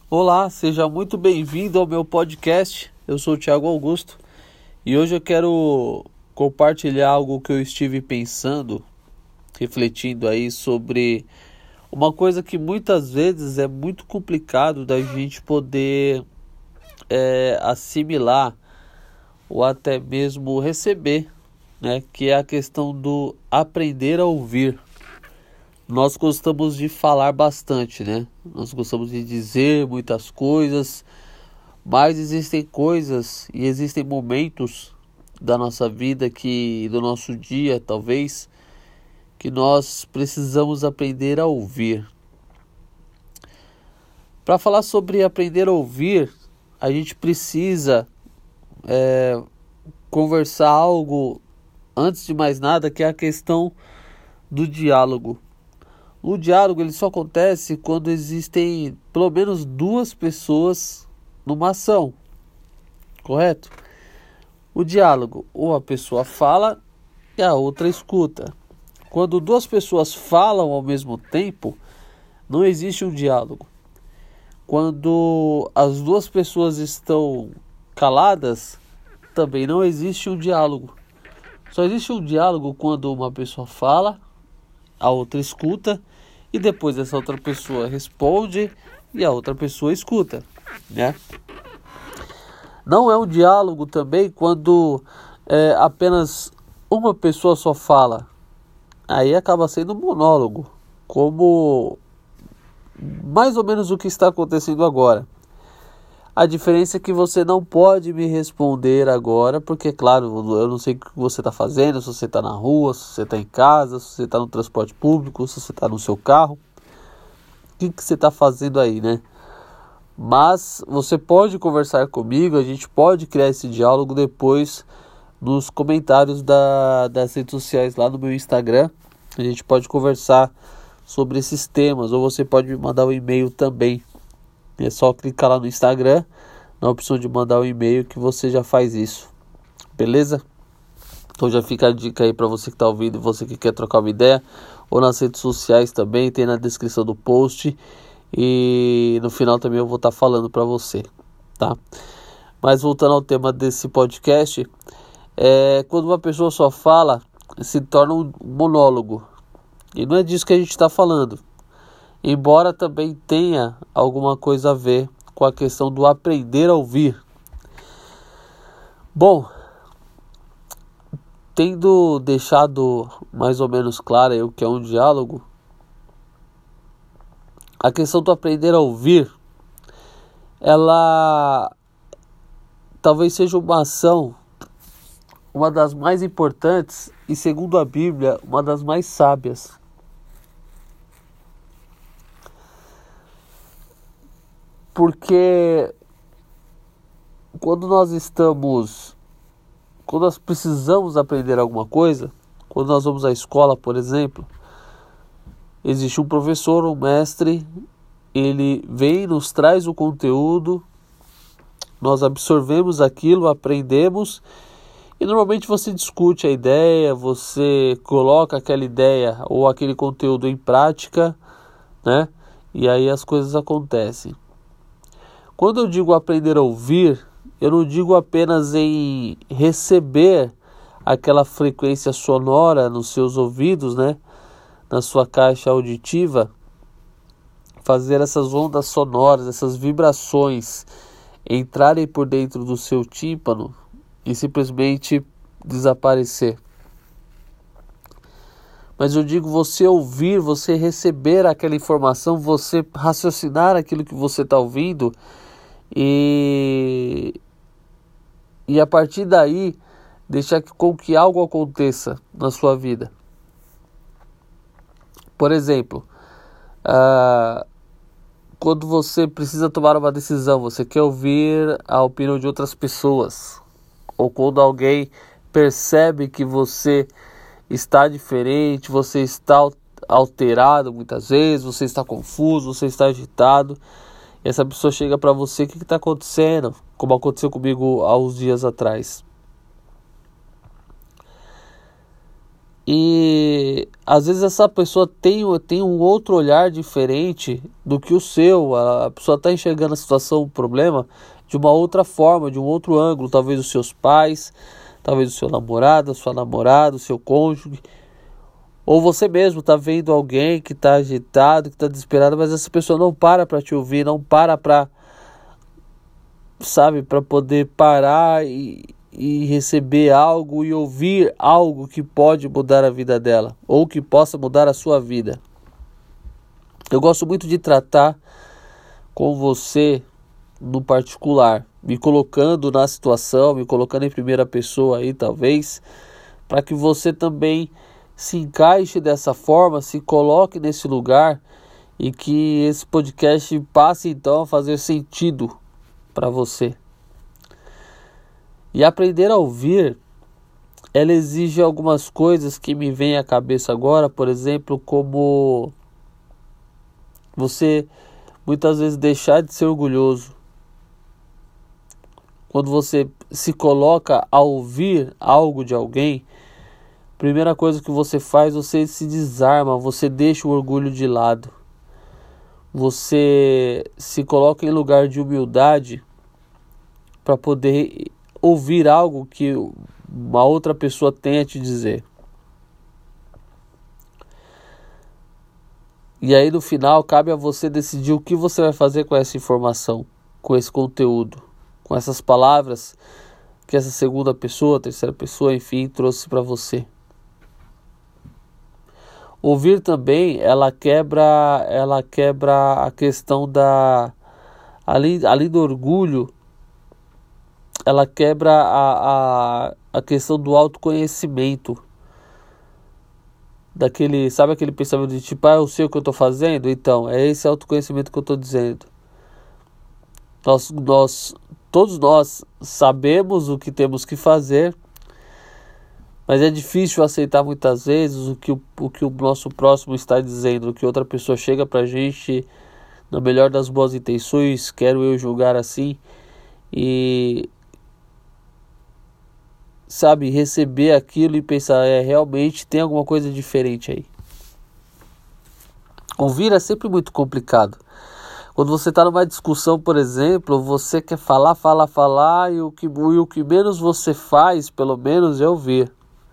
Olá, seja muito bem-vindo ao meu podcast. Eu sou o Thiago Augusto e hoje eu quero compartilhar algo que eu estive pensando, refletindo aí sobre uma coisa que muitas vezes é muito complicado da gente poder assimilar ou até mesmo receber, né? Que é a questão do aprender a ouvir. Nós gostamos de falar bastante, né? Nós gostamos de dizer muitas coisas, mas existem coisas e existem momentos da nossa vida, do nosso dia, talvez, que nós precisamos aprender a ouvir. Para falar sobre aprender a ouvir, a gente precisa conversar algo, antes de mais nada, que é a questão do diálogo. O diálogo ele só acontece quando existem pelo menos duas pessoas numa ação, correto? O diálogo, ou a pessoa fala e a outra escuta. Quando duas pessoas falam ao mesmo tempo, não existe um diálogo. Quando as duas pessoas estão caladas, também não existe um diálogo. Só existe um diálogo quando uma pessoa fala, a outra escuta, e depois essa outra pessoa responde e a outra pessoa escuta, né? Não é um diálogo também quando apenas uma pessoa só fala. Aí acaba sendo um monólogo, como mais ou menos o que está acontecendo agora. A diferença é que você não pode me responder agora, porque, claro, eu não sei o que você está fazendo, se você está na rua, se você está em casa, se você está no transporte público, se você está no seu carro. O que você está fazendo aí, né? Mas você pode conversar comigo, a gente pode criar esse diálogo depois nos comentários das redes sociais lá no meu Instagram. A gente pode conversar sobre esses temas, ou você pode me mandar um e-mail também. É só clicar lá no Instagram, na opção de mandar um e-mail, que você já faz isso. Beleza? Então já fica a dica aí para você que está ouvindo, você que quer trocar uma ideia, ou nas redes sociais também, tem na descrição do post, e no final também eu vou estar falando para você, tá? Mas voltando ao tema desse podcast, quando uma pessoa só fala, se torna um monólogo, e não é disso que a gente está falando. Embora também tenha alguma coisa a ver com a questão do aprender a ouvir. Bom, tendo deixado mais ou menos claro aí o que é um diálogo, a questão do aprender a ouvir, ela talvez seja uma ação, uma das mais importantes e, segundo a Bíblia, uma das mais sábias. Porque quando nós precisamos aprender alguma coisa, quando nós vamos à escola, por exemplo, existe um professor, um mestre, ele vem e nos traz o conteúdo, nós absorvemos aquilo, aprendemos, e normalmente você discute a ideia, você coloca aquela ideia ou aquele conteúdo em prática, né? E aí as coisas acontecem. Quando eu digo aprender a ouvir, eu não digo apenas em receber aquela frequência sonora nos seus ouvidos, né? Na sua caixa auditiva, fazer essas ondas sonoras, essas vibrações entrarem por dentro do seu tímpano e simplesmente desaparecer. Mas eu digo você ouvir, você receber aquela informação, você raciocinar aquilo que você está ouvindo e a partir daí deixar com que algo aconteça na sua vida. Por exemplo, quando você precisa tomar uma decisão, você quer ouvir a opinião de outras pessoas, ou quando alguém percebe que você está diferente, você está alterado muitas vezes, você está confuso, você está agitado, e essa pessoa chega para você, o que está acontecendo? Como aconteceu comigo há uns dias atrás. E às vezes essa pessoa tem um outro olhar diferente do que o seu. A pessoa está enxergando a situação, o problema, de uma outra forma, de um outro ângulo. Talvez os seus pais, talvez o seu namorado, a sua namorada, o seu cônjuge. Ou você mesmo está vendo alguém que está agitado, que está desesperado, mas essa pessoa não para te ouvir, não para para poder parar e receber algo e ouvir algo que pode mudar a vida dela, ou que possa mudar a sua vida. Eu gosto muito de tratar com você no particular, me colocando na situação, me colocando em primeira pessoa aí talvez, para que você também se encaixe dessa forma, se coloque nesse lugar e que esse podcast passe então a fazer sentido para você. E aprender a ouvir, ela exige algumas coisas que me vêm à cabeça agora, por exemplo, como você muitas vezes deixar de ser orgulhoso. Quando você se coloca a ouvir algo de alguém, primeira coisa que você faz, você se desarma, você deixa o orgulho de lado. Você se coloca em lugar de humildade para poder ouvir algo que uma outra pessoa tem a te dizer. E aí no final cabe a você decidir o que você vai fazer com essa informação, com esse conteúdo, com essas palavras que essa segunda pessoa, terceira pessoa, enfim, trouxe para você. Ouvir também, ela quebra a questão além do orgulho, ela quebra a questão do autoconhecimento. Sabe aquele pensamento de tipo, eu sei o que eu estou fazendo? Então, é esse autoconhecimento que eu estou dizendo. Todos nós sabemos o que temos que fazer, mas é difícil aceitar muitas vezes o que o nosso próximo está dizendo, o que outra pessoa chega pra gente na melhor das boas intenções, quero eu julgar assim, e receber aquilo e pensar, realmente tem alguma coisa diferente aí. Ouvir é sempre muito complicado. Quando você está numa discussão, por exemplo, você quer falar, e o que menos você faz, pelo menos, é ouvir.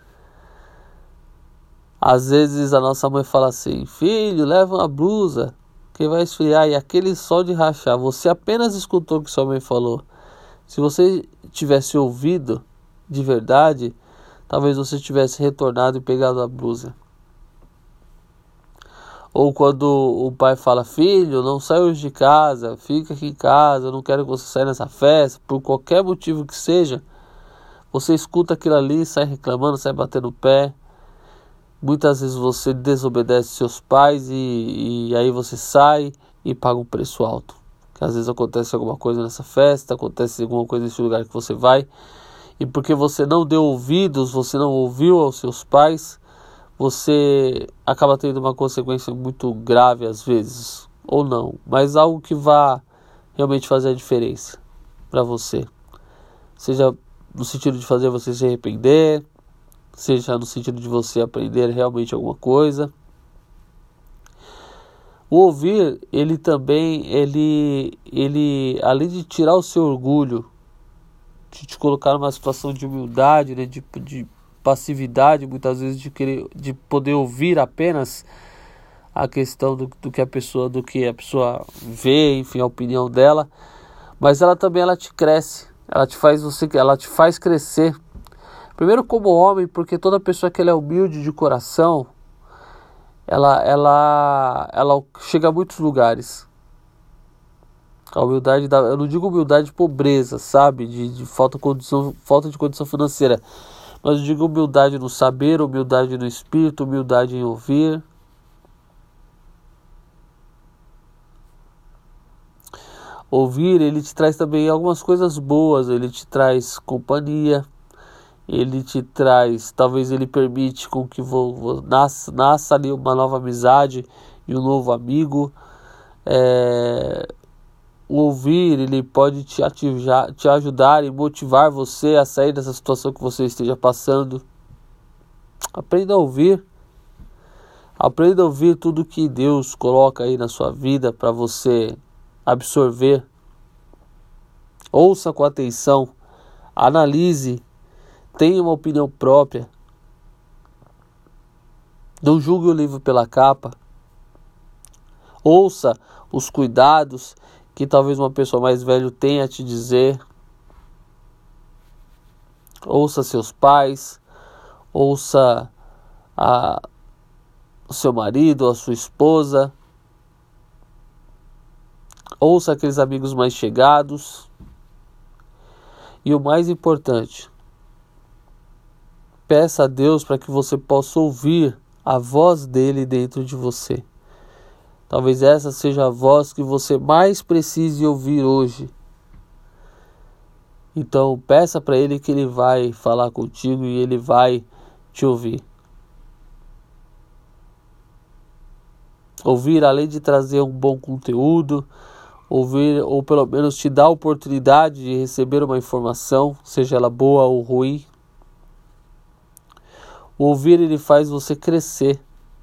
Às vezes a nossa mãe fala assim, filho, leva uma blusa que vai esfriar, e aquele sol de rachar, você apenas escutou o que sua mãe falou. Se você tivesse ouvido de verdade, talvez você tivesse retornado e pegado a blusa. Ou quando o pai fala, filho, não sai hoje de casa, fica aqui em casa, eu não quero que você saia nessa festa, por qualquer motivo que seja, você escuta aquilo ali, sai reclamando, sai batendo o pé. Muitas vezes você desobedece seus pais e aí você sai e paga um preço alto. Que às vezes acontece alguma coisa nessa festa, acontece alguma coisa nesse lugar que você vai, e porque você não deu ouvidos, você não ouviu aos seus pais, você acaba tendo uma consequência muito grave às vezes, ou não, mas algo que vá realmente fazer a diferença para você. Seja no sentido de fazer você se arrepender, seja no sentido de você aprender realmente alguma coisa. O ouvir, ele também, além de tirar o seu orgulho, de te colocar numa situação de humildade, né, de passividade, muitas vezes de poder ouvir apenas a questão do que a pessoa vê, enfim, a opinião dela, mas ela também te cresce, ela te faz crescer. Primeiro como homem, porque toda pessoa que ela é humilde de coração, ela chega a muitos lugares. A humildade, eu não digo humildade de pobreza, sabe? De falta de condição financeira. Mas eu digo humildade no saber, humildade no espírito, humildade em ouvir. Ouvir, ele te traz também algumas coisas boas, ele te traz companhia, ele te traz, talvez ele permite com que nasça ali uma nova amizade e um novo amigo. O ouvir, ele pode te ajudar e motivar você a sair dessa situação que você esteja passando. Aprenda a ouvir. Aprenda a ouvir tudo que Deus coloca aí na sua vida para você absorver. Ouça com atenção. Analise. Tenha uma opinião própria. Não julgue o livro pela capa. Ouça os cuidados que talvez uma pessoa mais velha tenha a te dizer. Ouça seus pais. Ouça o seu marido, a sua esposa. Ouça aqueles amigos mais chegados. E o mais importante, peça a Deus para que você possa ouvir a voz dele dentro de você. Talvez essa seja a voz que você mais precise ouvir hoje. Então peça para ele que ele vai falar contigo e ele vai te ouvir. Ouvir, além de trazer um bom conteúdo, ouvir ou pelo menos te dar a oportunidade de receber uma informação, seja ela boa ou ruim. O ouvir, ele faz você crescer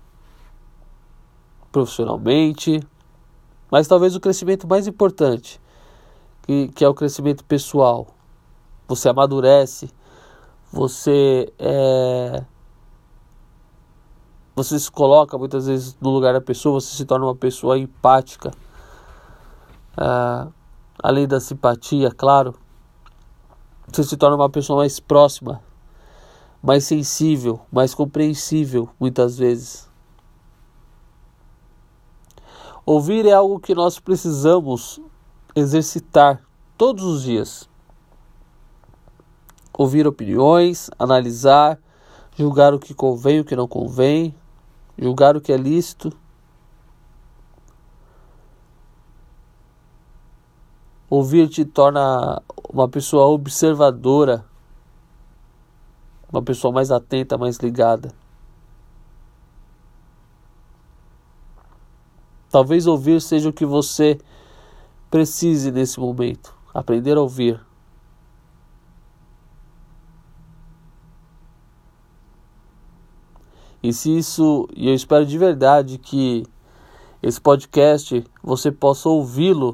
profissionalmente, mas talvez o crescimento mais importante, que é o crescimento pessoal. Você amadurece, você se coloca muitas vezes no lugar da pessoa, você se torna uma pessoa empática. Além da simpatia, claro, você se torna uma pessoa mais próxima, mais sensível, mais compreensível, muitas vezes. Ouvir é algo que nós precisamos exercitar todos os dias. Ouvir opiniões, analisar, julgar o que convém e o que não convém, julgar o que é lícito. Ouvir te torna uma pessoa observadora, uma pessoa mais atenta, mais ligada. Talvez ouvir seja o que você precise nesse momento. Aprender a ouvir. E eu espero de verdade que esse podcast você possa ouvi-lo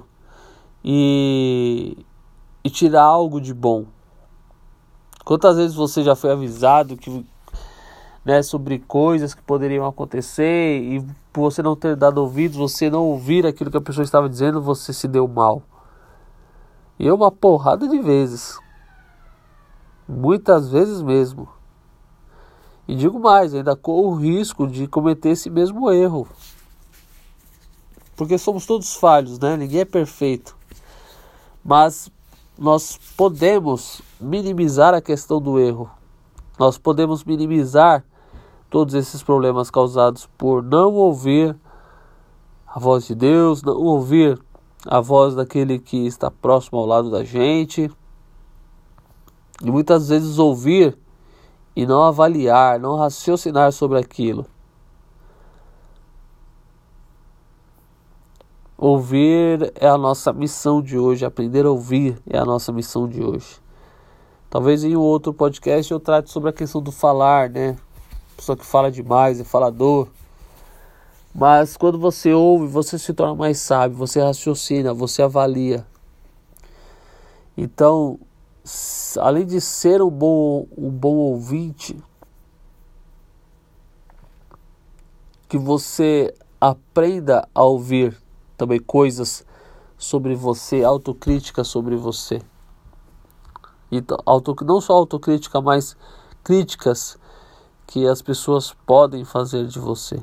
e tirar algo de bom. Quantas vezes você já foi avisado sobre coisas que poderiam acontecer e por você não ter dado ouvidos, você não ouvir aquilo que a pessoa estava dizendo, você se deu mal. E uma porrada de vezes. Muitas vezes mesmo. E digo mais, ainda corro o risco de cometer esse mesmo erro. Porque somos todos falhos, né? Ninguém é perfeito. Mas nós podemos minimizar a questão do erro. Nós podemos minimizar todos esses problemas causados por não ouvir a voz de Deus, não ouvir a voz daquele que está próximo ao lado da gente. E muitas vezes ouvir e não avaliar, não raciocinar sobre aquilo. Ouvir é a nossa missão de hoje, aprender a ouvir é a nossa missão de hoje. Talvez em um outro podcast eu trate sobre a questão do falar, né? Pessoa que fala demais, é falador. Mas quando você ouve, você se torna mais sábio, você raciocina, você avalia. Então, além de ser um bom ouvinte, que você aprenda a ouvir também coisas sobre você, autocrítica sobre você. Então, não só autocrítica, mas críticas que as pessoas podem fazer de você.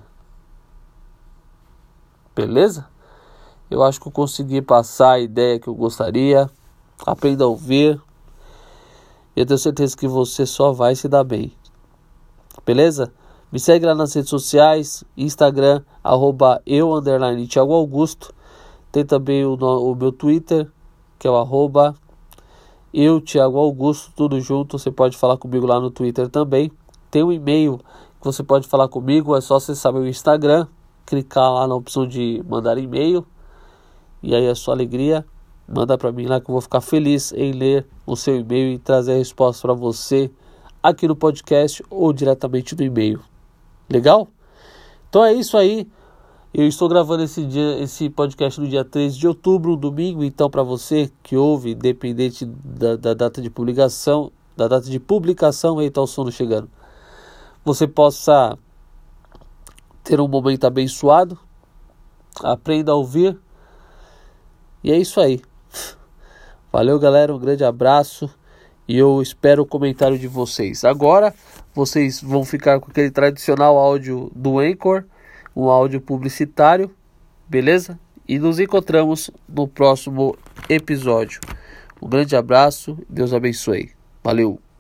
Beleza? Eu acho que eu consegui passar a ideia que eu gostaria. Aprenda a ouvir. E eu tenho certeza que você só vai se dar bem. Beleza? Me segue lá nas redes sociais, Instagram, @eu_Thiago Augusto. Tem também o meu Twitter, que é o @eu Thiago Augusto, tudo junto. Você pode falar comigo lá no Twitter também. Tem um e-mail que você pode falar comigo, é só acessar meu Instagram, clicar lá na opção de mandar e-mail. E aí é sua alegria, manda para mim lá que eu vou ficar feliz em ler o seu e-mail e trazer a resposta para você aqui no podcast ou diretamente no e-mail. Legal? Então é isso aí. Eu estou gravando esse podcast no dia 13 de outubro, domingo. Então, para você que ouve, independente da data de publicação, aí está o sono chegando, você possa ter um momento abençoado. Aprenda a ouvir. E é isso aí. Valeu, galera. Um grande abraço. E eu espero o comentário de vocês. Agora, vocês vão ficar com aquele tradicional áudio do Anchor, um áudio publicitário, beleza? E nos encontramos no próximo episódio. Um grande abraço. Deus abençoe. Valeu.